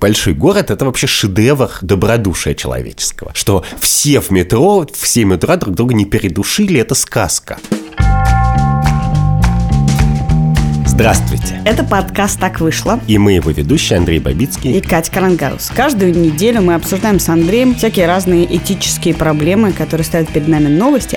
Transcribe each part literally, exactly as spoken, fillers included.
большой город – это вообще шедевр добродушия человеческого. Что все в метро, в семь утра друг друга не передушили – это сказка. Здравствуйте. Это подкаст «Так вышло». И мы его ведущие Андрей Бабицкий и Катя Крангаус. Каждую неделю мы обсуждаем с Андреем всякие разные этические проблемы, которые ставят перед нами новости.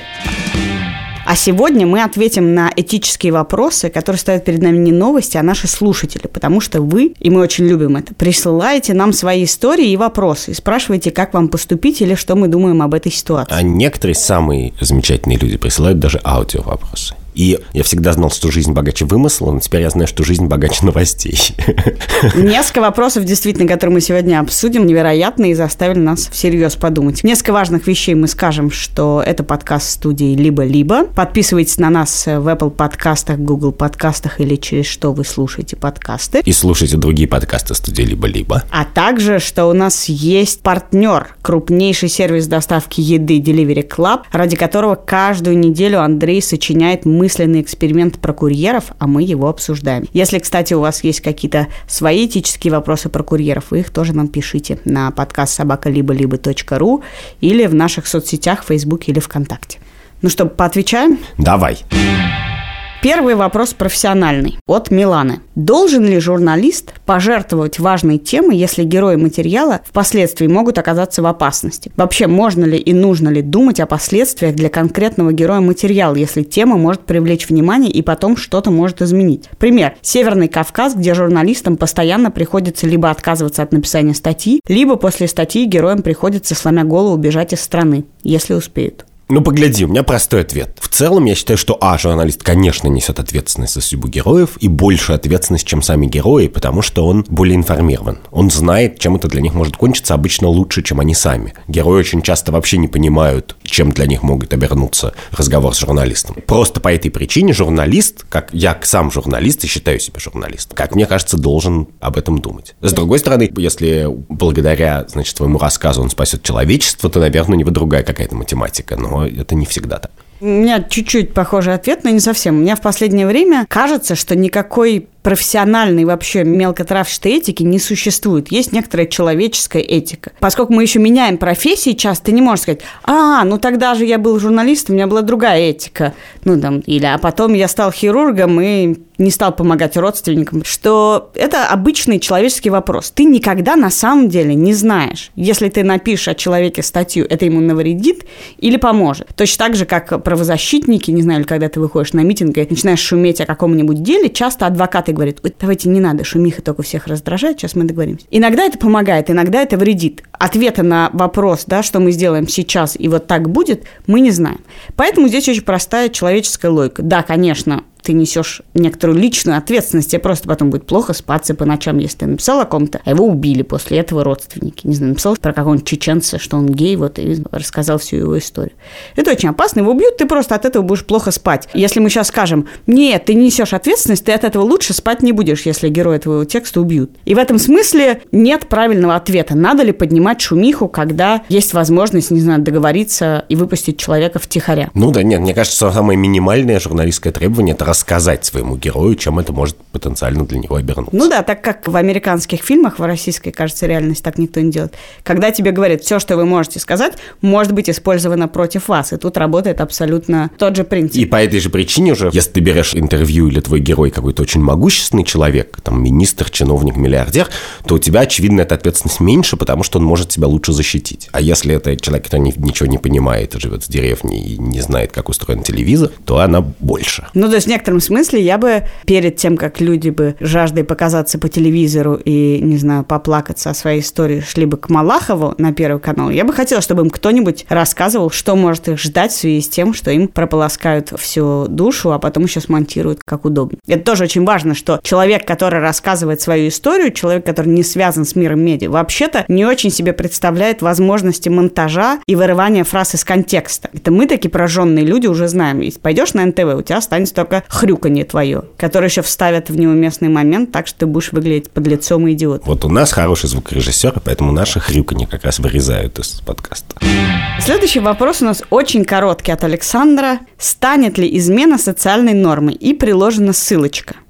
А сегодня мы ответим на этические вопросы, которые ставят перед нами не новости, а наши слушатели. Потому что вы, и мы очень любим это, присылаете нам свои истории и вопросы. И спрашиваете, как вам поступить или что мы думаем об этой ситуации. А некоторые самые замечательные люди присылают даже аудиовопросы. И я всегда знал, что жизнь богаче вымысла, но теперь я знаю, что жизнь богаче новостей. Несколько вопросов, действительно, которые мы сегодня обсудим, невероятные и заставили нас всерьез подумать. Несколько важных вещей мы скажем, что это подкаст студии «Либо-либо». Подписывайтесь на нас в Apple подкастах, Google подкастах или через что вы слушаете подкасты. И слушайте другие подкасты студии «Либо-либо». А также, что у нас есть партнер, крупнейший сервис доставки еды Delivery Club, ради которого каждую неделю Андрей сочиняет мысли, мысленный эксперимент про курьеров, а мы его обсуждаем. Если, кстати, у вас есть какие-то свои этические вопросы про курьеров, вы их тоже нам пишите на подкаст собака либо либо точка ру или в наших соцсетях, в Фейсбуке или ВКонтакте. Ну что, поотвечаем? Давай. Первый вопрос профессиональный от Миланы. Должен ли журналист пожертвовать важной темой, если герои материала впоследствии могут оказаться в опасности? Вообще, можно ли и нужно ли думать о последствиях для конкретного героя материала, если тема может привлечь внимание и потом что-то может изменить? Пример. Северный Кавказ, где журналистам постоянно приходится либо отказываться от написания статьи, либо после статьи героям приходится, сломя голову, бежать из страны, если успеют. Ну, погляди, у меня простой ответ. В целом, я считаю, что, а, журналист, конечно, несет ответственность за судьбу героев и большую ответственность, чем сами герои, потому что он более информирован. Он знает, чем это для них может кончиться, обычно лучше, чем они сами. Герои очень часто вообще не понимают, чем для них могут обернуться разговор с журналистом. Просто по этой причине журналист, как я сам журналист и считаю себя журналистом, как мне кажется, должен об этом думать. С другой стороны, если благодаря, значит, своему рассказу он спасет человечество, то, наверное, у него другая какая-то математика, но это не всегда так. У меня чуть-чуть похожий ответ, но не совсем. У меня в последнее время кажется, что никакой профессиональной вообще мелкотравчатой этики не существует. Есть некоторая человеческая этика. Поскольку мы еще меняем профессии часто, ты не можешь сказать, а, ну тогда же я был журналистом, у меня была другая этика. Ну, там, или, а потом я стал хирургом и не стал помогать родственникам. Что это обычный человеческий вопрос. Ты никогда на самом деле не знаешь, если ты напишешь о человеке статью, это ему навредит или поможет. Точно так же, как правозащитники, не знаю, или когда ты выходишь на митинг и начинаешь шуметь о каком-нибудь деле, часто адвокаты говорят, ой, давайте не надо, шумиха только всех раздражает, сейчас мы договоримся. Иногда это помогает, иногда это вредит. Ответа на вопрос, да, что мы сделаем сейчас и вот так будет, мы не знаем. Поэтому здесь очень простая человеческая логика. Да, конечно, ты несешь некоторую личную ответственность, тебе просто потом будет плохо спаться по ночам, если ты написал о ком-то, а его убили после этого родственники. Не знаю, написал про какого-нибудь чеченца, что он гей, вот, и рассказал всю его историю. Это очень опасно, его убьют, ты просто от этого будешь плохо спать. Если мы сейчас скажем, нет, ты не несешь ответственность, ты от этого лучше спать не будешь, если героя твоего текста убьют. И в этом смысле нет правильного ответа. Надо ли поднимать шумиху, когда есть возможность, не знаю, договориться и выпустить человека втихаря? Ну да, нет, мне кажется, что самое минимальное журналистское требование – это рассказать своему герою, чем это может потенциально для него обернуться. Ну да, так как в американских фильмах, в российской, кажется, реальности так никто не делает. Когда тебе говорят, все, что вы можете сказать, может быть использовано против вас. И тут работает абсолютно тот же принцип. И по этой же причине уже, если ты берешь интервью или твой герой какой-то очень могущественный человек, там министр, чиновник, миллиардер, то у тебя, очевидно, эта ответственность меньше, потому что он может тебя лучше защитить. А если это человек, который ничего не понимает, живет в деревне и не знает, как устроен телевизор, то она больше. Ну, то есть в некотором смысле я бы перед тем, как люди бы жаждой показаться по телевизору и, не знаю, поплакаться о своей истории, шли бы к Малахову на Первый канал, я бы хотела, чтобы им кто-нибудь рассказывал, что может их ждать в связи с тем, что им прополоскают всю душу, а потом еще смонтируют как удобно. Это тоже очень важно, что человек, который рассказывает свою историю, человек, который не связан с миром медиа, вообще-то не очень себе представляет возможности монтажа и вырывания фраз из контекста. Это мы, такие прожженные люди, уже знаем. Если пойдешь на эн тэ вэ, у тебя останется только хрюканье твое, которое еще вставят в неуместный момент, так что ты будешь выглядеть подлецом и идиотом. Вот у нас хороший звукорежиссер, поэтому наши хрюканье как раз вырезают из подкаста. Следующий вопрос у нас очень короткий от Александра. Станет ли измена социальной нормой? И приложена ссылочка.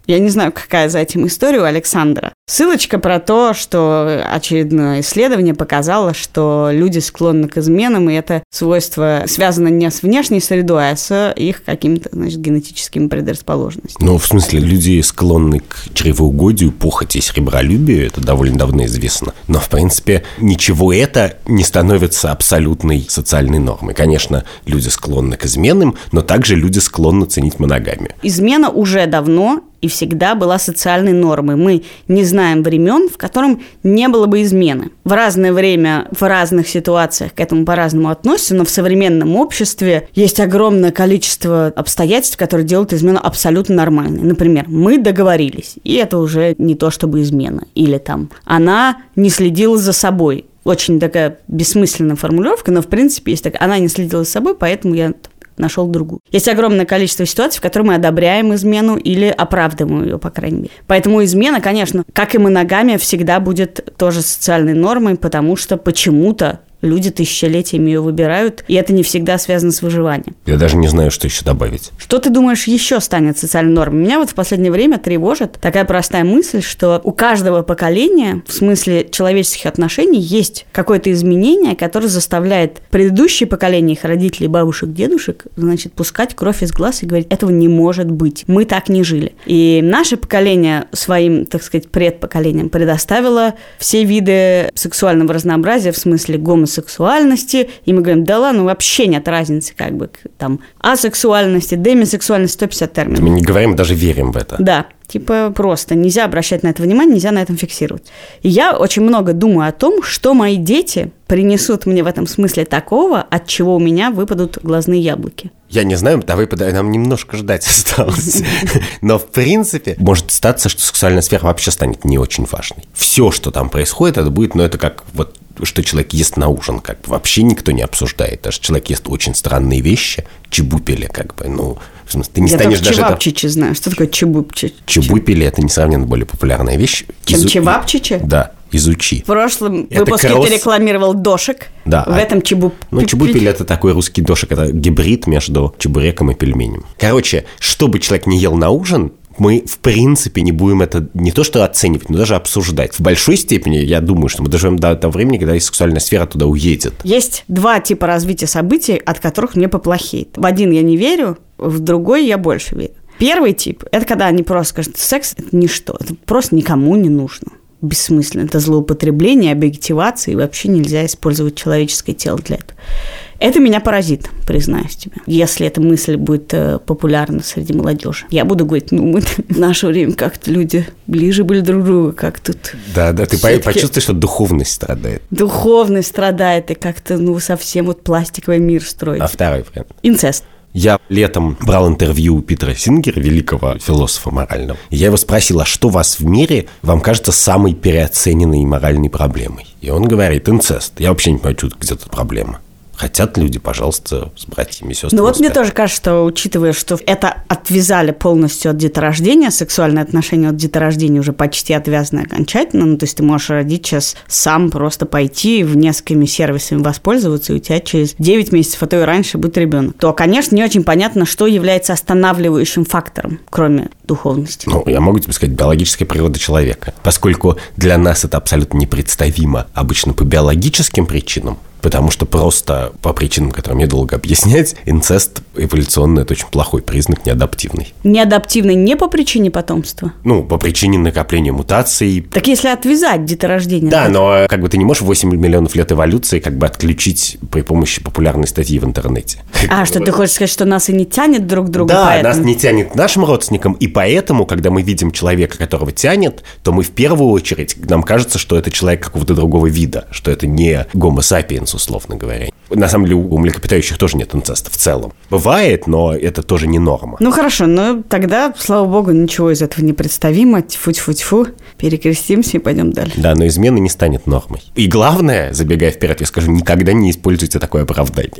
Я не знаю, какая за этим история у Александра. Ссылочка про то, что очередное исследование показало, что люди склонны к изменам, и это свойство связано не с внешней средой, а с их какими-то, значит, генетическими предрасположенностями. Ну, в смысле, люди склонны к чревоугодию, похоти и сребролюбию, это довольно давно известно. Но, в принципе, ничего это не становится абсолютной социальной нормой. Конечно, люди склонны к изменам, но также люди склонны ценить моногамию. Измена уже давно и всегда была социальной нормой. Мы не знаем времен, в котором не было бы измены. В разное время, в разных ситуациях к этому по-разному относятся, но в современном обществе есть огромное количество обстоятельств, которые делают измену абсолютно нормальной. Например, мы договорились, и это уже не то чтобы измена. Или там, она не следила за собой. Очень такая бессмысленная формулировка, но в принципе есть такая, она не следила за собой, поэтому я нашел другую. Есть огромное количество ситуаций, в которых мы одобряем измену или оправдываем ее, по крайней мере. Поэтому измена, конечно, как и моногамия, всегда будет тоже социальной нормой, потому что почему-то люди тысячелетиями ее выбирают, и это не всегда связано с выживанием. Я даже не знаю, что еще добавить. Что ты думаешь еще станет социальной нормой? Меня вот в последнее время тревожит такая простая мысль, что у каждого поколения, в смысле человеческих отношений, есть какое-то изменение, которое заставляет предыдущие поколения, их родителей, бабушек, дедушек, значит, пускать кровь из глаз и говорить, этого не может быть, мы так не жили. И наше поколение своим, так сказать, предпоколениям предоставило все виды сексуального разнообразия, в смысле гомосексуальности, сексуальности, и мы говорим, да ладно, вообще нет разницы, как бы, там, асексуальности, демисексуальности, сто пятьдесят терминов. Мы не говорим, даже верим в это. Да, типа просто нельзя обращать на это внимание, нельзя на этом фиксировать. И я очень много думаю о том, что мои дети принесут мне в этом смысле такого, от чего у меня выпадут глазные яблоки. Я не знаю, давай подай, нам немножко ждать осталось. Но, в принципе, может статься, что сексуальная сфера вообще станет не очень важной. Все, что там происходит, это будет, ну, это как вот что человек ест на ужин, как бы вообще никто не обсуждает. Даже человек ест очень странные вещи, чебупели, как бы, ну, в смысле, ты не Я станешь даже даже... чевапчичи знаю. Что такое чебупчичи? Чебупели – это несравненно более популярная вещь. Чем Изу... чевапчичи? Да, изучи. В прошлом это выпуске кросс... ты рекламировал дошек. Да. В а... этом чебуп... Ну, чебупели – это такой русский дошек, это гибрид между чебуреком и пельменем. Короче, что бы человек не ел на ужин, мы, в принципе, не будем это не то что оценивать, но даже обсуждать. В большой степени, я думаю, что мы доживем до того времени, когда и сексуальная сфера туда уедет. Есть два типа развития событий, от которых мне поплохеет. В один я не верю, в другой я больше верю. Первый тип – это когда они просто скажут, секс – это ничто, это просто никому не нужно. Бессмысленно. Это злоупотребление, объективация, и вообще нельзя использовать человеческое тело для этого. Это меня поразит, признаюсь тебе. Если эта мысль будет э, популярна среди молодежи. Я буду говорить, ну, мы в наше время как-то люди ближе были друг к другу, как тут. Да, да, ты почувствуешь, что духовность страдает. Духовность страдает, и как-то, ну, совсем вот пластиковый мир строить. А второй вариант? Инцест. Я летом брал интервью у Питера Сингера, великого философа морального. И я его спросил, а что вас в мире вам кажется самой переоцененной моральной проблемой? И он говорит, инцест. Я вообще не понимаю, где тут проблема. Хотят люди, пожалуйста, с братьями и сестрами. Ну вот мне тоже кажется, что, учитывая, что это отвязали полностью от деторождения, сексуальные отношения от деторождения уже почти отвязаны окончательно, ну то есть ты можешь родить сейчас сам, просто пойти в несколькими сервисами воспользоваться, и у тебя через девять месяцев, а то и раньше будет ребенок, то, конечно, не очень понятно, что является останавливающим фактором, кроме духовности. Ну, я могу тебе сказать, биологическая природа человека. Поскольку для нас это абсолютно непредставимо обычно по биологическим причинам, потому что просто по причинам, которые мне долго объяснять, инцест эволюционно – это очень плохой признак, неадаптивный. Неадаптивный не по причине потомства? Ну, по причине накопления мутаций. Так если отвязать деторождение? Да, но как бы ты не можешь восемь миллионов лет эволюции как бы отключить при помощи популярной статьи в интернете. А, что ты хочешь сказать, что нас и не тянет друг к другу? Да, поэтому... нас не тянет к нашим родственникам, и поэтому, когда мы видим человека, которого тянет, то мы в первую очередь, нам кажется, что это человек какого-то другого вида, что это не гомо сапиенс, условно говоря. На самом деле у млекопитающих тоже нет инцеста в целом. Бывает, но это тоже не норма. Ну хорошо, но тогда, слава богу, ничего из этого не представимо. Тьфу-тьфу-тьфу, перекрестимся и пойдем дальше. Да, но измена не станет нормой. И главное, забегая вперед, я скажу, никогда не используйте такое оправдание.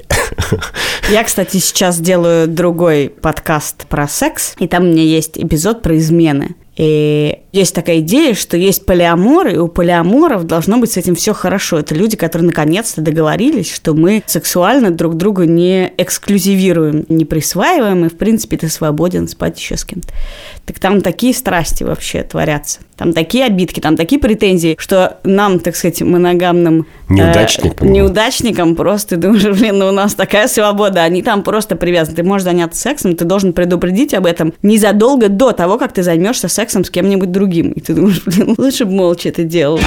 Я, кстати, сейчас делаю другой подкаст про секс, и там у меня есть эпизод про измены. И есть такая идея, что есть полиаморы, и у полиаморов должно быть с этим все хорошо. Это люди, которые наконец-то договорились, что мы сексуально друг друга не эксклюзивируем, не присваиваем, и, в принципе, ты свободен спать еще с кем-то. Так там такие страсти вообще творятся. Там такие обидки, там такие претензии, что нам, так сказать, моногамным неудачникам, э, неудачникам просто, ты думаешь, блин, ну у нас такая свобода, они там просто привязаны. Ты можешь заняться сексом, ты должен предупредить об этом незадолго до того, как ты займешься сексом с кем-нибудь другим. И ты думаешь, блин, лучше бы молча это делал.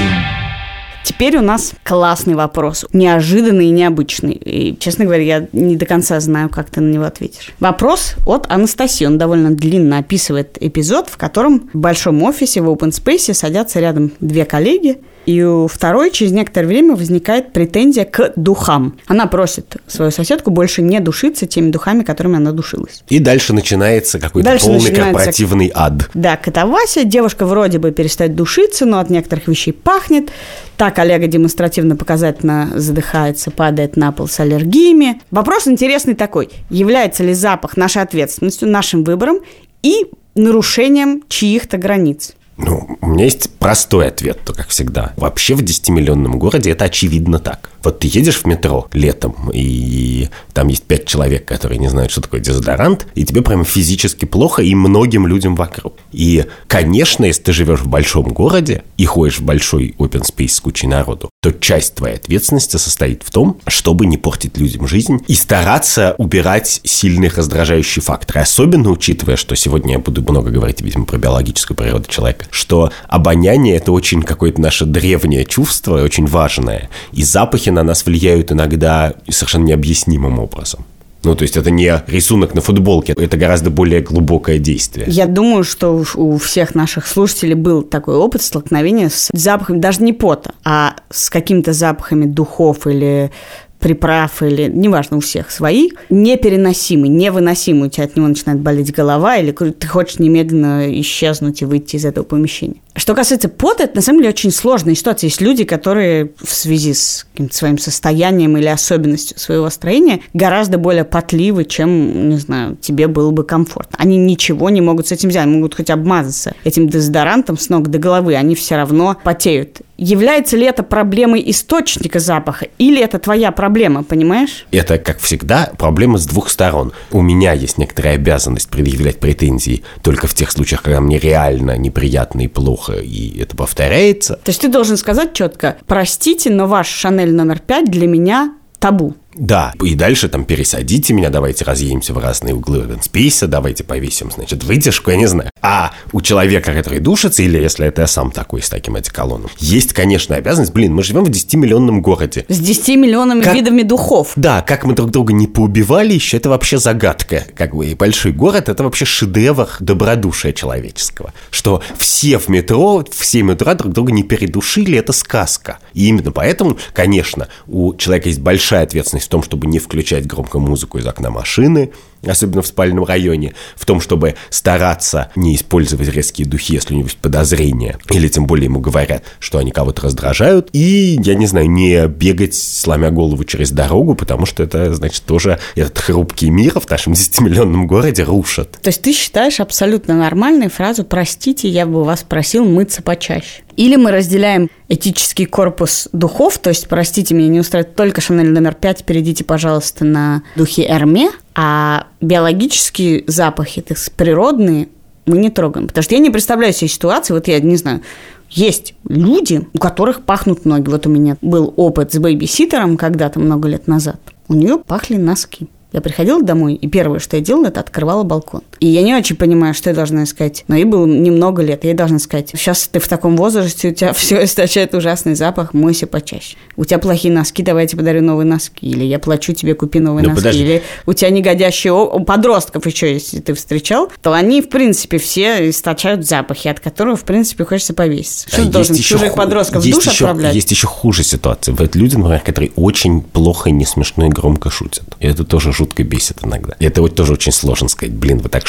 Теперь у нас классный вопрос, неожиданный и необычный. И, честно говоря, я не до конца знаю, как ты на него ответишь. Вопрос от Анастасии. Он довольно длинно описывает эпизод, в котором в большом офисе в open space садятся рядом две коллеги, и у второй через некоторое время возникает претензия к духам. Она просит свою соседку больше не душиться теми духами, которыми она душилась. И дальше начинается какой-то дальше полный начинается... корпоративный ад. Да, катавасия. Девушка вроде бы перестает душиться, но от некоторых вещей пахнет. Та коллега демонстративно показательно задыхается, падает на пол с аллергиями. Вопрос интересный такой. Является ли запах нашей ответственностью, нашим выбором и нарушением чьих-то границ? Ну, у меня есть простой ответ, то как всегда. Вообще в десятимиллионном городе это очевидно так. Вот ты едешь в метро летом, и там есть пять человек, которые не знают, что такое дезодорант, и тебе прямо физически плохо, и многим людям вокруг. И, конечно, если ты живешь в большом городе и ходишь в большой open space с кучей народу, то часть твоей ответственности состоит в том, чтобы не портить людям жизнь и стараться убирать сильные раздражающие факторы. Особенно учитывая, что сегодня я буду много говорить, видимо, про биологическую природу человека, что обоняние – это очень какое-то наше древнее чувство, очень важное, и запахи на нас влияют иногда совершенно необъяснимым образом. Ну, то есть это не рисунок на футболке, это гораздо более глубокое действие. Я думаю, что у всех наших слушателей был такой опыт столкновения с запахами, даже не пота, а с какими-то запахами духов или приправ, или, неважно, у всех свои, непереносимый, невыносимый, у тебя от него начинает болеть голова, или ты хочешь немедленно исчезнуть и выйти из этого помещения. Что касается пота, это на самом деле очень сложная ситуация. Есть люди, которые в связи с каким-то своим состоянием или особенностью своего строения гораздо более потливы, чем, не знаю, тебе было бы комфортно. Они ничего не могут с этим сделать, могут хоть обмазаться этим дезодорантом с ног до головы, они все равно потеют. Является ли это проблемой источника запаха, или это твоя проблема, понимаешь? Это, как всегда, проблема с двух сторон. У меня есть некоторая обязанность предъявлять претензии только в тех случаях, когда мне реально неприятно и плохо, и это повторяется. То есть ты должен сказать четко: простите, но ваш Шанель номер пять для меня табу. Да, и дальше там пересадите меня, давайте разъедемся в разные углы open-space, давайте повесим, значит, вытяжку, я не знаю. А у человека, который душится, или если это я сам такой с таким одеколоном, есть, конечно, обязанность. Блин, мы живем в десятимиллионном городе. С десятью миллионами как... видами духов. Да, как мы друг друга не поубивали, еще это вообще загадка. Как бы и большой город – это вообще шедевр добродушия человеческого. Что все в метро, в семь утра друг друга не передушили, это сказка. И именно поэтому, конечно, у человека есть большая ответственность в том, чтобы не включать громко музыку из окна машины, особенно в спальном районе, в том, чтобы стараться не использовать резкие духи, если у него есть подозрения, или тем более ему говорят, что они кого-то раздражают, и, я не знаю, не бегать, сломя голову через дорогу, потому что это, значит, тоже этот хрупкий мир в нашем десятимиллионном городе рушит. То есть ты считаешь абсолютно нормальной фразу «простите, я бы вас просил мыться почаще». Или мы разделяем этический корпус духов, то есть, простите, меня не устраивает только Шанель номер пять, перейдите, пожалуйста, на духи Эрме, а биологические запахи, так сказать, природные, мы не трогаем. Потому что я не представляю себе ситуации, вот я не знаю, есть люди, у которых пахнут ноги. Вот у меня был опыт с бэйбиситером когда-то, много лет назад. У нее пахли носки. Я приходила домой, и первое, что я делала, это открывала балкон. И я не очень понимаю, что я должна сказать. Но ей было немного лет, я ей должна сказать: сейчас ты в таком возрасте, у тебя все источает ужасный запах, мойся почаще. У тебя плохие носки, давай я тебе подарю новые носки. Или я плачу тебе, купи новые Но носки. Подожди. Или у тебя негодящие... У подростков еще, если ты встречал, то они, в принципе, все источают запахи, от которых, в принципе, хочется повеситься. Что а ты должен чужих ху... подростков есть в душ еще, отправлять? Есть еще хуже ситуация. Вот люди, например, которые очень плохо и не смешно и громко шутят. И это тоже жутко бесит иногда. И это вот тоже очень сложно сказать: блин, вы так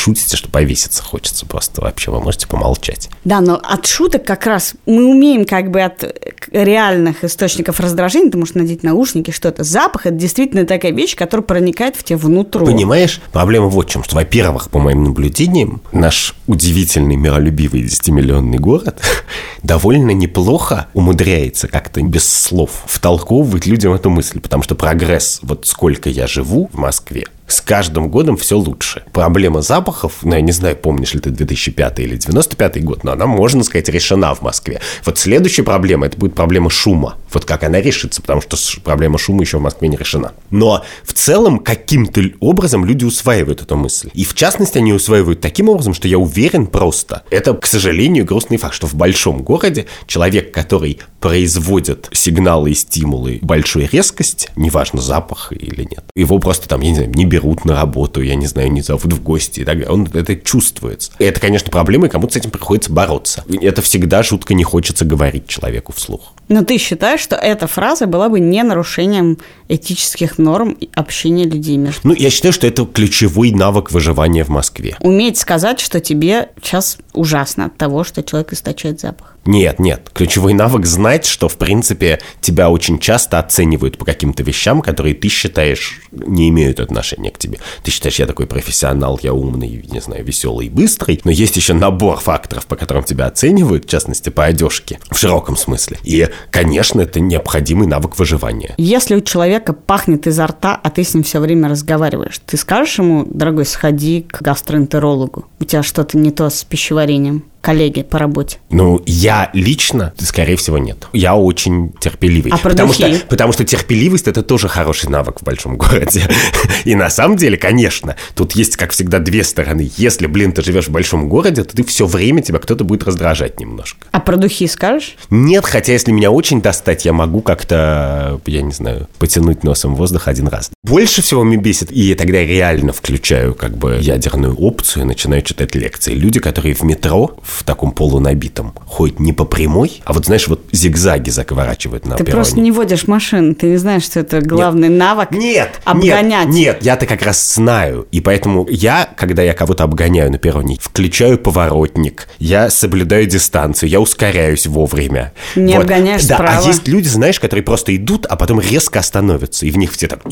шутите, что повеситься хочется просто вообще. Вы можете помолчать. Да, но от шуток как раз мы умеем как бы от реальных источников раздражения, ты можешь надеть наушники, что-то. Запах – это действительно такая вещь, которая проникает в тебя внутрь. Понимаешь, проблема вот в чем, что, во-первых, по моим наблюдениям, наш удивительный, миролюбивый десятимиллионный город довольно неплохо умудряется как-то без слов втолковывать людям эту мысль, потому что прогресс, вот сколько я живу в Москве, с каждым годом все лучше. Проблема запахов, ну, я не знаю, помнишь ли ты две тысячи пятый или девяносто пятый год, но она, можно сказать, решена в Москве. Вот следующая проблема, это будет проблема шума. Вот как она решится, потому что проблема шума еще в Москве не решена. Но в целом каким-то образом люди усваивают эту мысль. И в частности, они усваивают таким образом, что я уверен просто, это, к сожалению, грустный факт, что в большом городе человек, который производит сигналы и стимулы большой резкости, неважно, запах или нет, его просто там, я не знаю, не берут на работу, я не знаю, не зовут в гости и так далее. Он, это чувствуется. И это, конечно, проблема, и кому-то с этим приходится бороться. Это всегда жутко не хочется говорить человеку вслух. Но ты считаешь, что эта фраза была бы не нарушением этических норм общения людей между... Ну, я считаю, что это ключевой навык выживания в Москве. Уметь сказать, что тебе сейчас ужасно от того, что человек источает запах. Нет, нет. Ключевой навык знать, что, в принципе, тебя очень часто оценивают по каким-то вещам, которые ты считаешь не имеют отношения к тебе. Ты считаешь, я такой профессионал, я умный, не знаю, веселый и быстрый, но есть еще набор факторов, по которым тебя оценивают, в частности, по одежке, в широком смысле. И, конечно, это необходимый навык выживания. Если у человека пахнет изо рта, а ты с ним все время разговариваешь, ты скажешь ему: дорогой, сходи к гастроэнтерологу, у тебя что-то не то с пищеварением? Коллеги по работе? Ну, я лично, скорее всего, нет. Я очень терпеливый. А про потому духи? что, потому что терпеливость – это тоже хороший навык в большом городе. И на самом деле, конечно, тут есть, как всегда, две стороны. Если, блин, ты живешь в большом городе, то ты все время, тебя кто-то будет раздражать немножко. А про духи скажешь? Нет, хотя если меня очень достать, я могу как-то, я не знаю, потянуть носом воздух один раз. Больше всего меня бесит, и я тогда реально включаю как бы ядерную опцию и начинаю читать лекции. Люди, которые в метро, в таком полунабитом, ходят не по прямой, а вот, знаешь, вот зигзаги заковорачивают на Ты перроне. просто не водишь машину, ты не знаешь, что это главный нет. навык нет, обгонять. Нет, нет, я-то как раз знаю, и поэтому я, когда я кого-то обгоняю на перроне, включаю поворотник, я соблюдаю дистанцию, я ускоряюсь вовремя. Не вот. обгоняешь да, справа. А есть люди, знаешь, которые просто идут, а потом резко остановятся, и в них все так...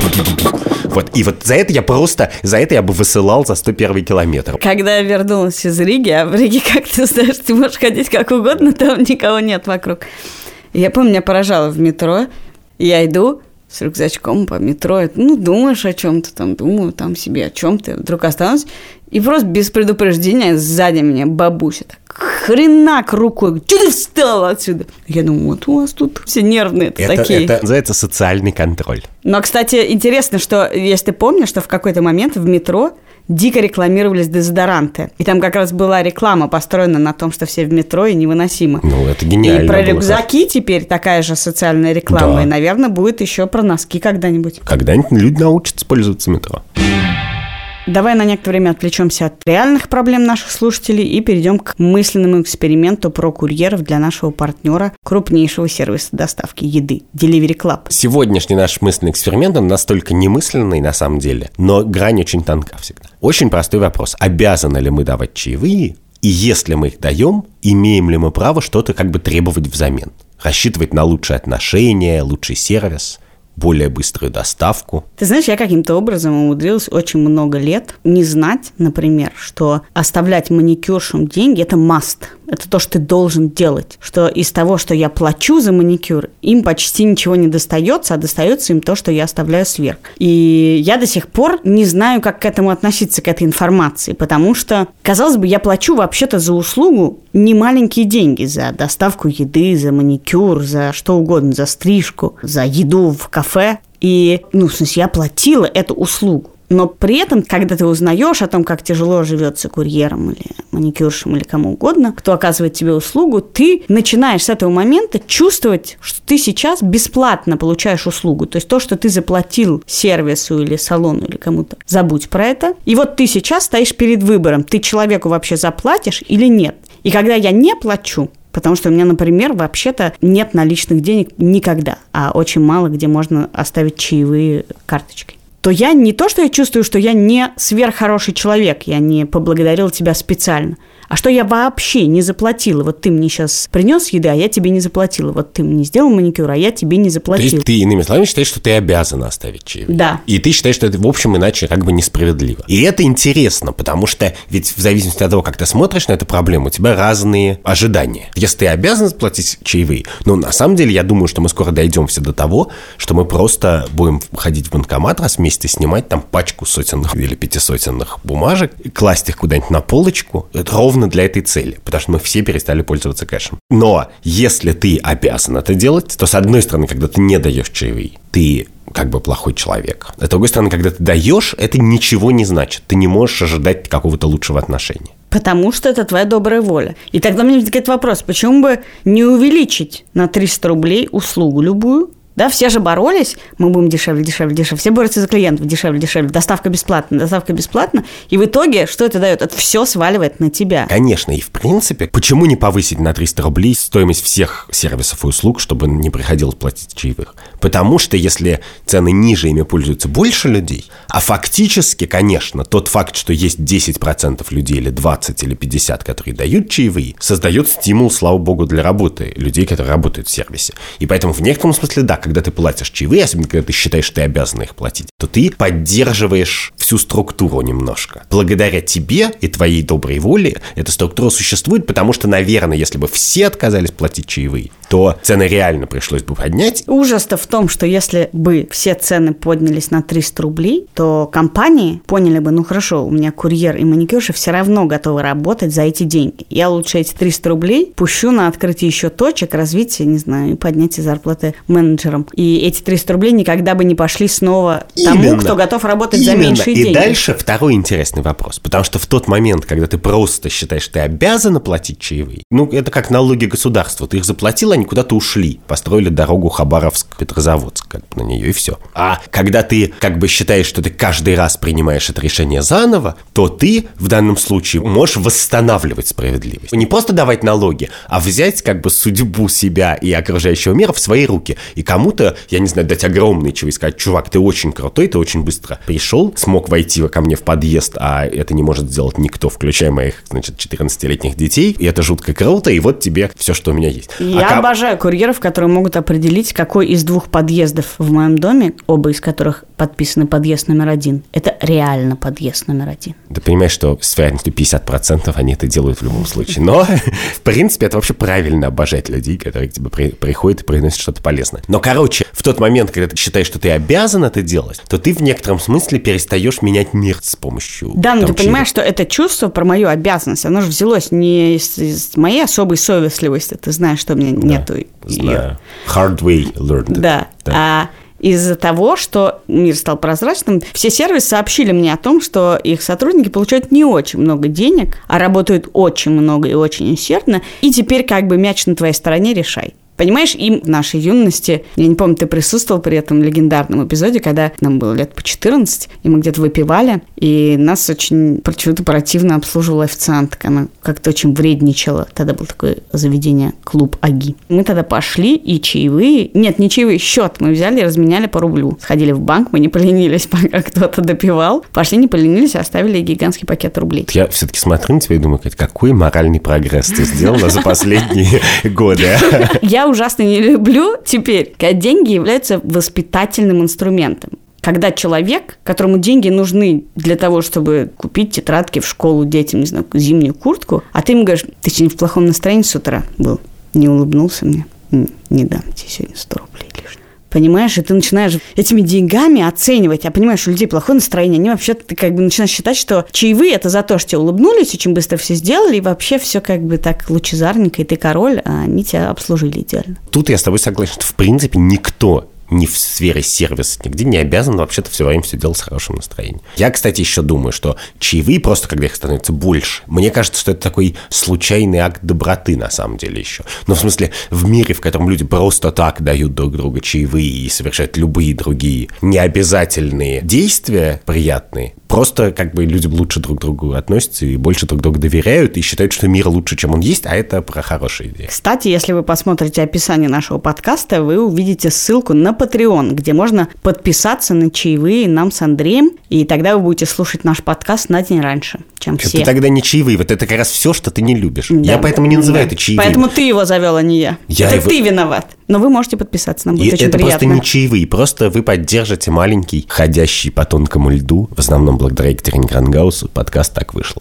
Вот, и вот за это я просто, за это я бы высылал за сто первый километр. Когда я вернулась из Риги, а в Риге, как ты знаешь, ты можешь ходить как угодно, там никого нет вокруг. И я помню, меня поражало в метро, я иду с рюкзачком по метро, ну, думаешь о чем-то там, думаю там себе о чем-то, вдруг останусь, и просто без предупреждения сзади меня бабуся так хренак рукой: что ты встала отсюда? Я думаю, вот у вас тут все нервные это, такие. Это называется социальный контроль. Но, кстати, интересно, что, если ты помнишь, что в какой-то момент в метро дико рекламировались дезодоранты. И там как раз была реклама, построена на том, что все в метро и невыносимо. Ну, это гениально. И про было, рюкзаки как... теперь такая же социальная реклама. Да. И, наверное, будет еще про носки когда-нибудь. Когда-нибудь люди научатся пользоваться метро. Давай на некоторое время отвлечемся от реальных проблем наших слушателей и перейдем к мысленному эксперименту про курьеров для нашего партнера, крупнейшего сервиса доставки еды Delivery Club. Сегодняшний наш мысленный эксперимент, он настолько немысленный на самом деле, но грань очень тонка всегда. Очень простой вопрос. Обязаны ли мы давать чаевые? И если мы их даем, имеем ли мы право что-то как бы требовать взамен? Рассчитывать на лучшие отношения, лучший сервис, более быструю доставку. Ты знаешь, я каким-то образом умудрилась очень много лет не знать, например, что оставлять маникюршам деньги – это must. Это то, что ты должен делать. Что из того, что я плачу за маникюр, им почти ничего не достается, а достается им то, что я оставляю сверх. И я до сих пор не знаю, как к этому относиться, к этой информации, потому что, казалось бы, я плачу вообще-то за услугу не маленькие деньги, за доставку еды, за маникюр, за что угодно, за стрижку, за еду в кафе. И, ну, в смысле, я платила эту услугу. Но при этом, когда ты узнаешь о том, как тяжело живется курьером или маникюршем или кому угодно, кто оказывает тебе услугу, ты начинаешь с этого момента чувствовать, что ты сейчас бесплатно получаешь услугу. То есть то, что ты заплатил сервису или салону или кому-то, забудь про это. И вот ты сейчас стоишь перед выбором, ты человеку вообще заплатишь или нет. И когда я не плачу, потому что у меня, например, вообще-то нет наличных денег никогда, а очень мало где можно оставить чаевые карточкой, то я не то, что я чувствую, что я не сверххороший человек, я не поблагодарила тебя специально, а что я вообще не заплатила. Вот ты мне сейчас принес еды, а я тебе не заплатила. Вот ты мне сделал маникюр, а я тебе не заплатила. То есть ты, иными словами, считаешь, что ты обязана оставить чаевые? Да. И ты считаешь, что это, в общем, иначе как бы несправедливо. И это интересно, потому что ведь в зависимости от того, как ты смотришь на эту проблему, у тебя разные ожидания. Если ты обязан платить чаевые, ну, на самом деле, я думаю, что мы скоро дойдем все до того, что мы просто будем ходить в банкомат раз в месяц и снимать там пачку сотенных или пятисотенных бумажек, класть их куда-нибудь на полочку. Это ровно для этой цели, потому что мы все перестали пользоваться кэшем. Но если ты обязан это делать, то, с одной стороны, когда ты не даешь чаевые, ты как бы плохой человек. А с другой стороны, когда ты даешь, это ничего не значит. Ты не можешь ожидать какого-то лучшего отношения. Потому что это твоя добрая воля. И тогда мне возникает вопрос, почему бы не увеличить на триста рублей услугу любую? Да, все же боролись, мы будем дешевле, дешевле, дешевле. Все борются за клиентов, дешевле, дешевле. Доставка бесплатна, доставка бесплатна. И в итоге, что это дает? Это все сваливает на тебя. Конечно, и в принципе, почему не повысить на триста рублей стоимость всех сервисов и услуг, чтобы не приходилось платить чаевых? Потому что если цены ниже, ими пользуются больше людей, а фактически, конечно, тот факт, что есть десять процентов людей или двадцать или пятьдесят, которые дают чаевые, создает стимул, слава богу, для работы людей, которые работают в сервисе. И поэтому в некотором смысле, да, когда ты платишь чаевые, особенно когда ты считаешь, что ты обязан их платить, то ты поддерживаешь всю структуру немножко. Благодаря тебе и твоей доброй воле эта структура существует, потому что, наверное, если бы все отказались платить чаевые, то цены реально пришлось бы поднять. Ужас-то в том, что если бы все цены поднялись на триста рублей, то компании поняли бы, ну хорошо, у меня курьер и маникюрша все равно готовы работать за эти деньги. Я лучше эти триста рублей пущу на открытие еще точек, развитие, не знаю, и поднятие зарплаты менеджерам. И эти триста рублей никогда бы не пошли снова тому, Именно. кто готов работать Именно. за меньшие и деньги. И дальше второй интересный вопрос. Потому что в тот момент, когда ты просто считаешь, что ты обязан платить чаевые, ну, это как налоги государства. Ты их заплатил, они куда-то ушли. Построили дорогу Хабаровск-Петрозаводск, как бы на нее, и все. А когда ты как бы считаешь, что ты каждый раз принимаешь это решение заново, то ты в данном случае можешь восстанавливать справедливость. Не просто давать налоги, а взять как бы судьбу себя и окружающего мира в свои руки. И кому-то, я не знаю, дать огромные чаевые и сказать: чувак, ты очень крутой, ты очень быстро пришел, смог войти ко мне в подъезд, а это не может сделать никто, включая моих, значит, четырнадцатилетних детей, и это жутко круто, и вот тебе все, что у меня есть. Я а обожаю ком... курьеров, которые могут определить, какой из двух подъездов в моем доме, оба из которых подписаны подъезд номер один, это реально подъезд номер один. Ты понимаешь, что с вероятностью пятьдесят процентов они это делают в любом случае, но, в принципе, это вообще правильно обожать людей, которые к тебе при... приходят и приносят что-то полезное. Но, короче, в тот момент, когда ты считаешь, что ты обязан это делать, то ты в некотором смысле перестаешь менять мир с помощью... Да, но там, ты понимаешь, что это чувство про мою обязанность, оно же взялось не из, из моей особой совестливости, ты знаешь, что у меня да, нету знаю. Hard way learned. Да, да. А из-за того, что мир стал прозрачным, все сервисы сообщили мне о том, что их сотрудники получают не очень много денег, а работают очень много и очень усердно, и теперь как бы мяч на твоей стороне, решай. Понимаешь, им в нашей юности, я не помню, ты присутствовал при этом легендарном эпизоде, когда нам было лет по четырнадцать, и мы где-то выпивали, и нас очень почему-то противно обслуживала официантка. Она как-то очень вредничала. Тогда было такое заведение, клуб Аги. Мы тогда пошли, и чаевые... Нет, не чаевые, счет мы взяли и разменяли по рублю. Сходили в банк, мы не поленились, пока кто-то допивал. Пошли, не поленились, оставили гигантский пакет рублей. Я все-таки смотрю на тебя и думаю, какой моральный прогресс ты сделала за последние годы. Я ужасно не люблю теперь, когда деньги являются воспитательным инструментом. Когда человек, которому деньги нужны для того, чтобы купить тетрадки в школу детям, не знаю, зимнюю куртку, а ты ему говоришь: ты сегодня в плохом настроении с утра был, не улыбнулся мне, не дам тебе сегодня сто рублей лишних. Понимаешь, и ты начинаешь этими деньгами оценивать, а понимаешь, у людей плохое настроение, они вообще, ты как бы начинаешь считать, что чаевые – это за то, что тебе улыбнулись, очень быстро все сделали, и вообще все как бы так лучезарненько, и ты король, а они тебя обслужили идеально. Тут я с тобой согласен, что в принципе никто не в сфере сервиса, нигде не обязан вообще-то все время все делать с хорошим настроением. Я, кстати, еще думаю, что чаевые просто, когда их становится больше, мне кажется, что это такой случайный акт доброты на самом деле еще. Но в смысле, в мире, в котором люди просто так дают друг другу чаевые и совершают любые другие необязательные действия приятные, просто как бы люди лучше друг к другу относятся и больше друг другу доверяют и считают, что мир лучше, чем он есть, а это про хорошие идеи. Кстати, если вы посмотрите описание нашего подкаста, вы увидите ссылку на Patreon, где можно подписаться на чаевые нам с Андреем, и тогда вы будете слушать наш подкаст на день раньше, чем все. Это тогда не чаевые, вот это как раз все, что ты не любишь. Да. Я поэтому не называю да. это чаевыми. Поэтому ты его завел, а не я. я это его... ты виноват. Но вы можете подписаться, нам будет и очень это приятно. Это просто не чаевые, просто вы поддержите маленький, ходящий по тонкому льду, в основном благодаря Екатерине Крангаусу, подкаст «Так вышло».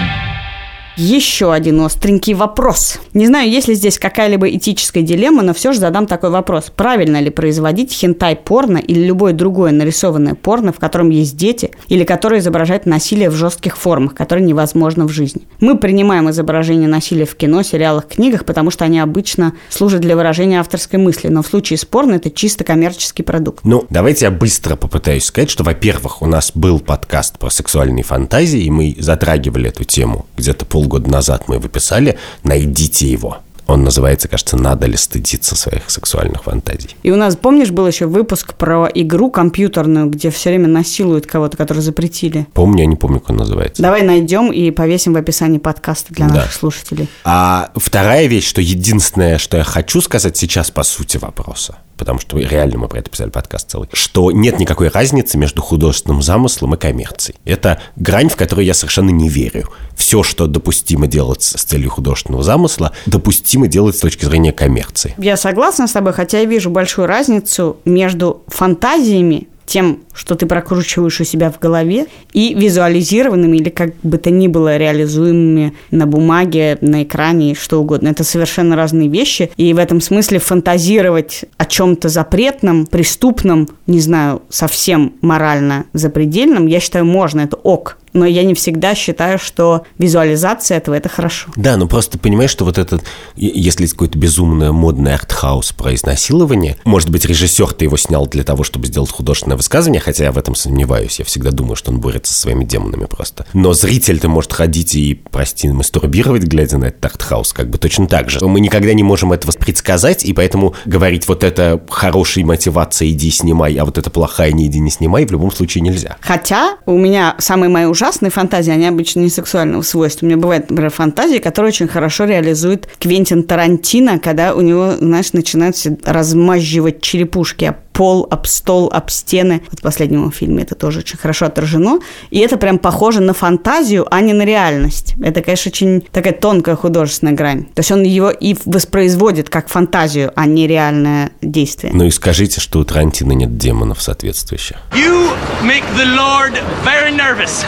Еще один остренький вопрос. Не знаю, есть ли здесь какая-либо этическая дилемма, но все же задам такой вопрос. Правильно ли производить хентай-порно или любое другое нарисованное порно, в котором есть дети, или которое изображает насилие в жестких формах, которое невозможно в жизни? Мы принимаем изображение насилия в кино, сериалах, книгах, потому что они обычно служат для выражения авторской мысли, но в случае с порно это чисто коммерческий продукт. Ну, давайте я быстро попытаюсь сказать, что, во-первых, у нас был подкаст про сексуальные фантазии, и мы затрагивали эту тему где-то полгода года назад мы выписали, найдите его. Он называется, кажется, «Надо ли стыдиться своих сексуальных фантазий». И у нас, помнишь, был еще выпуск про игру компьютерную, где все время насилуют кого-то, который запретили? Помню, я не помню, как он называется. Давай найдем и повесим в описании подкаста для да. наших слушателей. А вторая вещь, что единственное, что я хочу сказать сейчас по сути вопроса, потому что реально мы про это писали подкаст целый, что нет никакой разницы между художественным замыслом и коммерцией. Это грань, в которую я совершенно не верю. Все, что допустимо делать с целью художественного замысла, допустимо делать с точки зрения коммерции. Я согласна с тобой, хотя я вижу большую разницу между фантазиями, тем, что ты прокручиваешь у себя в голове, и визуализированными или как бы то ни было реализуемыми на бумаге, на экране, что угодно. Это совершенно разные вещи, и в этом смысле фантазировать о чем-то запретном, преступном, не знаю, совсем морально запредельном, я считаю, можно, это ок. Но я не всегда считаю, что визуализация этого – это хорошо. Да, ну просто понимаешь, что вот этот, если есть какой-то безумно модный арт-хаус про изнасилование, может быть, режиссер-то его снял для того, чтобы сделать художественное высказывание, хотя я в этом сомневаюсь, я всегда думаю, что он борется со своими демонами просто. Но зритель-то может ходить и, прости, мастурбировать, глядя на этот арт-хаус, как бы точно так же. Мы никогда не можем этого предсказать, и поэтому говорить, вот это хорошая мотивация, иди снимай, а вот это плохая, не иди не снимай, в любом случае нельзя. Хотя у меня самые мои ужасные фантазии, они обычно не сексуального свойства. У меня бывают, например, фантазии, которые очень хорошо реализует Квентин Тарантино, когда у него, знаешь, начинают все размазывать черепушки об пол, об стол, об стены. Вот в последнем фильме это тоже очень хорошо отражено. И это прям похоже на фантазию, а не на реальность. Это, конечно, очень такая тонкая художественная грань. То есть он его и воспроизводит как фантазию, а не реальное действие. Ну и скажите, что у Тарантино нет демонов соответствующих. You make the Lord very nervous.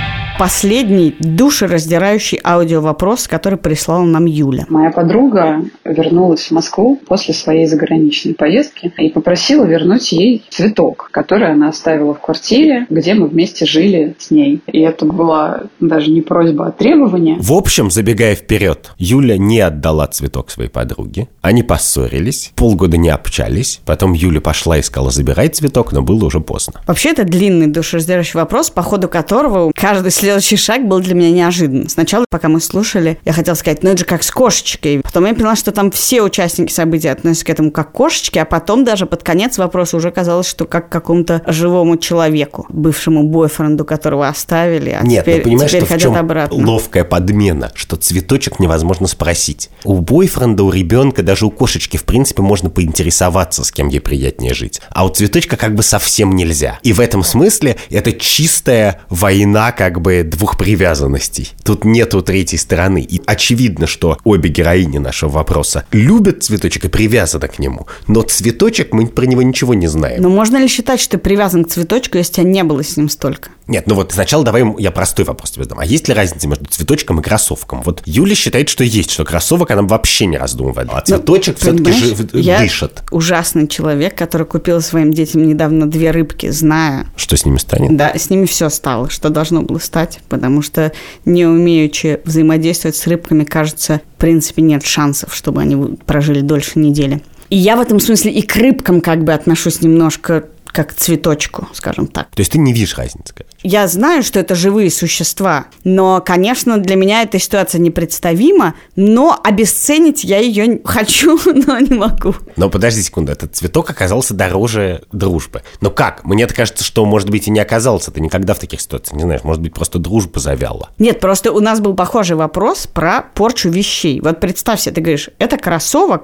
Последний душераздирающий аудиовопрос, который прислала нам Юля. Моя подруга вернулась в Москву после своей заграничной поездки и попросила вернуть ей цветок, который она оставила в квартире, где мы вместе жили с ней. И это была даже не просьба, а требование. В общем, забегая вперед, Юля не отдала цветок своей подруге. Они поссорились, полгода не общались. Потом Юля пошла и сказала забирать цветок, но было уже поздно. Вообще, это длинный душераздирающий вопрос, по ходу которого каждый следующий Следующий шаг был для меня неожиданным. Сначала, пока мы слушали, я хотела сказать, ну это же как с кошечкой. Потом я поняла, что там все участники событий относятся к этому как к кошечке, а потом даже под конец вопроса уже казалось, что как к какому-то живому человеку, бывшему бойфренду, которого оставили, а Нет, теперь, ну, понимаешь, теперь что хотят в чем обратно. Ловкая подмена, что цветочек невозможно спросить. У бойфренда, у ребенка, даже у кошечки, в принципе, можно поинтересоваться, с кем ей приятнее жить. А у цветочка как бы совсем нельзя. И в этом смысле это чистая война как бы двух привязанностей. Тут нету третьей стороны. И очевидно, что обе героини нашего вопроса любят цветочек и привязаны к нему. Но цветочек, мы про него ничего не знаем. Но можно ли считать, что ты привязан к цветочку, если тебя не было с ним столько? Нет, ну вот сначала давай я простой вопрос тебе задам. А есть ли разница между цветочком и кроссовком? Вот Юля считает, что есть, что кроссовок она вообще не раздумывает. А цветочек ну, все-таки жив, я дышит. Ужасный человек, который купил своим детям недавно две рыбки, зная... Что с ними станет? Да, с ними все стало, что должно было стать. Потому что, не умеючи взаимодействовать с рыбками, кажется, в принципе, нет шансов, чтобы они прожили дольше недели. И я в этом смысле и к рыбкам как бы отношусь немножко как к цветочку, скажем так. То есть ты не видишь разницы? Конечно. Я знаю, что это живые существа, но, конечно, для меня эта ситуация непредставима, но обесценить я ее хочу, но не могу. Но подожди секунду, этот цветок оказался дороже дружбы. Но как? Мне-то кажется, что, может быть, и не оказался. Ты никогда в таких ситуациях не знаешь. Может быть, просто дружба завяла. Нет, просто у нас был похожий вопрос про порчу вещей. Вот представь себе, ты говоришь, это кроссовок,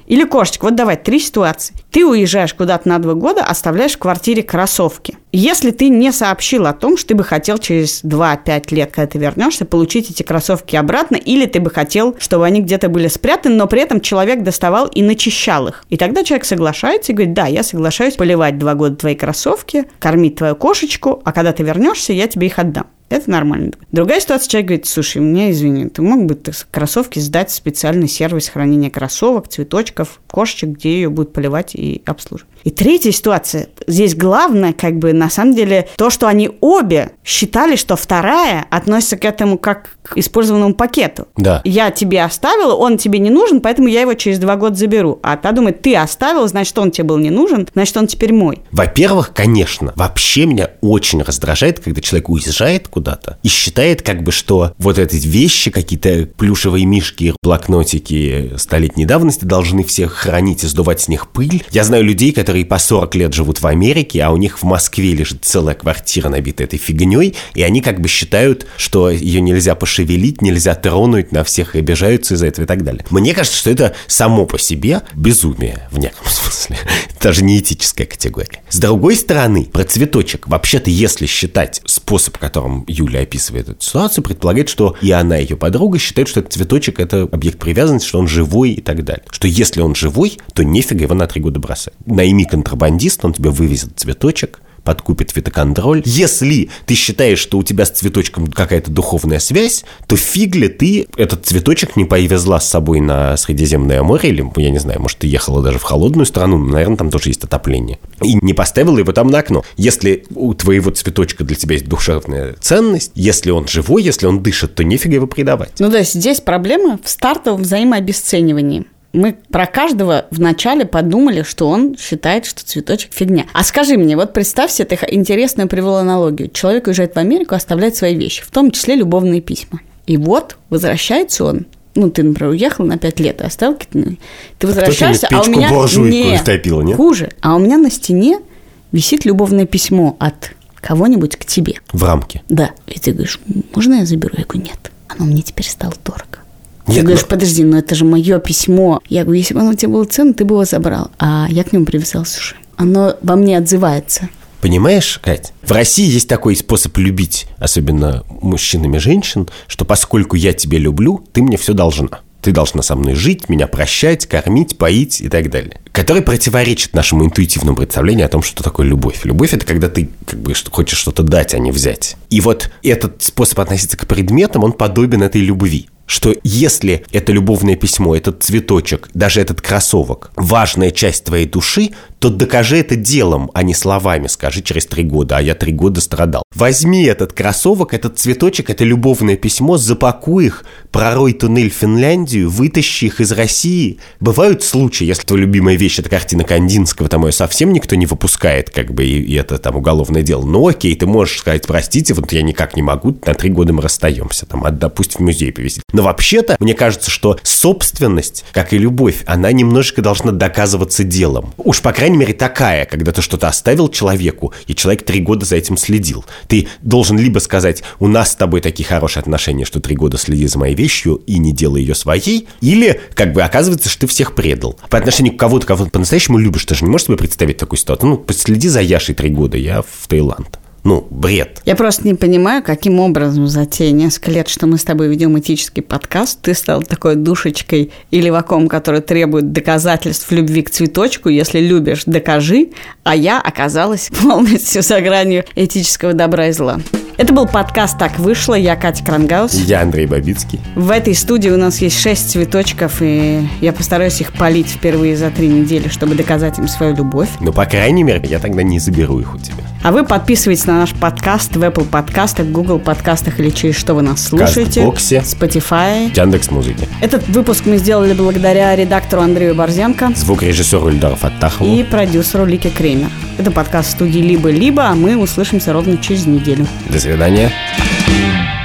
Или кошечка. Вот давай, три ситуации. Ты уезжаешь куда-то на два года, оставляешь в квартире кроссовки. Если ты не сообщил о том, что ты бы хотел через два-пять лет, когда ты вернешься, получить эти кроссовки обратно, или ты бы хотел, чтобы они где-то были спрятаны, но при этом человек доставал и начищал их. И тогда человек соглашается и говорит: да, я соглашаюсь поливать два года твои кроссовки, кормить твою кошечку, а когда ты вернешься, я тебе их отдам. Это нормально. Другая ситуация, человек говорит: слушай, мне, извини, ты мог бы ты кроссовки сдать в специальный сервис хранения кроссовок, цветочков, кошечек, где ее будут поливать и обслуживать. И третья ситуация. Здесь главное, как бы, на самом деле, то, что они обе считали, что вторая относится к этому как к использованному пакету. Да. Я тебе оставила, он тебе не нужен, поэтому я его через два года заберу. А та думает: ты оставила, значит, он тебе был не нужен, значит, он теперь мой. Во-первых, конечно, вообще меня очень раздражает, когда человек уезжает куда-то и считает, как бы, что вот эти вещи, какие-то плюшевые мишки, блокнотики столетней давности должны всех хранить и сдувать с них пыль. Я знаю людей, которые по сорок лет живут в Америке, а у них в Москве лежит целая квартира, набитая этой фигней, и они как бы считают, что ее нельзя пошевелить, нельзя тронуть, на всех обижаются из-за этого и так далее. Мне кажется, что это само по себе безумие в неком смысле. Даже не этическая категория. С другой стороны, про цветочек. Вообще-то, если считать способ, которым Юля описывает эту ситуацию, предполагает, что и она, и ее подруга считают, что этот цветочек – это объект привязанности, что он живой и так далее. Что если он живой, то нефига его на три года бросать. Найми контрабандиста, он тебе вывезет цветочек, подкупит фитоконтроль. Если ты считаешь, что у тебя с цветочком какая-то духовная связь, то фиг ли ты этот цветочек не повезла с собой на Средиземное море, или, я не знаю, может, ты ехала даже в холодную страну, но, наверное, там тоже есть отопление, и не поставила его там на окно. Если у твоего цветочка для тебя есть душевная ценность, если он живой, если он дышит, то нефига его предавать. Ну, то есть здесь проблема в стартовом взаимообесценивании. Мы про каждого вначале подумали, что он считает, что цветочек фигня. А скажи мне, вот представь себе, ты интересную привел аналогию. Человек уезжает в Америку, оставляет свои вещи, в том числе любовные письма. И вот возвращается он. Ну, ты, например, уехал на пять лет и оставил какие-то... Ты возвращаешься, а, а у меня... Нет, топила, нет? Хуже. А у меня на стене висит любовное письмо от кого-нибудь к тебе. В рамке? Да. И ты говоришь: можно я заберу? Я говорю: нет. Оно мне теперь стало дорого. Ты Нет, говоришь: но... подожди, но это же мое письмо. Я говорю: если бы оно тебе было ценно, ты бы его забрал. А я к нему привязался уже. Оно во мне отзывается. Понимаешь, Кать, в России есть такой способ любить, особенно мужчинами женщин, что поскольку я тебя люблю, ты мне все должна. Ты должна со мной жить, меня прощать, кормить, поить и так далее. Который противоречит нашему интуитивному представлению о том, что такое любовь. Любовь – это когда ты как бы хочешь что-то дать, а не взять. И вот этот способ относиться к предметам, он подобен этой любви. Что если это любовное письмо, этот цветочек, даже этот кроссовок, важная часть твоей души, то докажи это делом, а не словами. Скажи через три года: а я три года страдал. Возьми этот кроссовок, этот цветочек, это любовное письмо, запакуй их, пророй туннель в Финляндию, вытащи их из России. Бывают случаи, если твоя любимая вещь – это картина Кандинского, там ее совсем никто не выпускает, как бы, и, и это там уголовное дело. Ну окей, ты можешь сказать: простите, вот я никак не могу, на три года мы расстаемся, там, отда, пусть в музей повесить. Но вообще-то, мне кажется, что собственность, как и любовь, она немножечко должна доказываться делом. Уж, по крайней мере, такая, когда ты что-то оставил человеку, и человек три года за этим следил. Ты должен либо сказать: у нас с тобой такие хорошие отношения, что три года следи за моей вещью и не делай ее своей, или, как бы, оказывается, что ты всех предал. По отношению к кого-то, кого ты по-настоящему любишь, ты же не можешь себе представить такую ситуацию. Ну, последи за Яшей три года, я в Таиланд. Ну, бред. Я просто не понимаю, каким образом за те несколько лет, что мы с тобой ведем этический подкаст, ты стал такой душечкой и леваком, который требует доказательств любви к цветочку. Если любишь, докажи. А я оказалась полностью за гранью этического добра и зла. Это был подкаст «Так вышло». Я Катя Крангаус. Я Андрей Бабицкий. В этой студии у нас есть шесть цветочков, и я постараюсь их полить впервые за три недели, чтобы доказать им свою любовь. Ну, по крайней мере, я тогда не заберу их у тебя. А вы подписывайтесь на наш подкаст в Apple подкастах, Google подкастах или через что вы нас слушаете. Кастбоксе, Spotify, Яндекс.Музыке. Этот выпуск мы сделали благодаря редактору Андрею Борзенко, звукорежиссеру Ильдару Фаттахову и продюсеру Лике Кремер. Это подкаст студии «Либо-либо», а мы услышимся ровно через неделю. До свидания.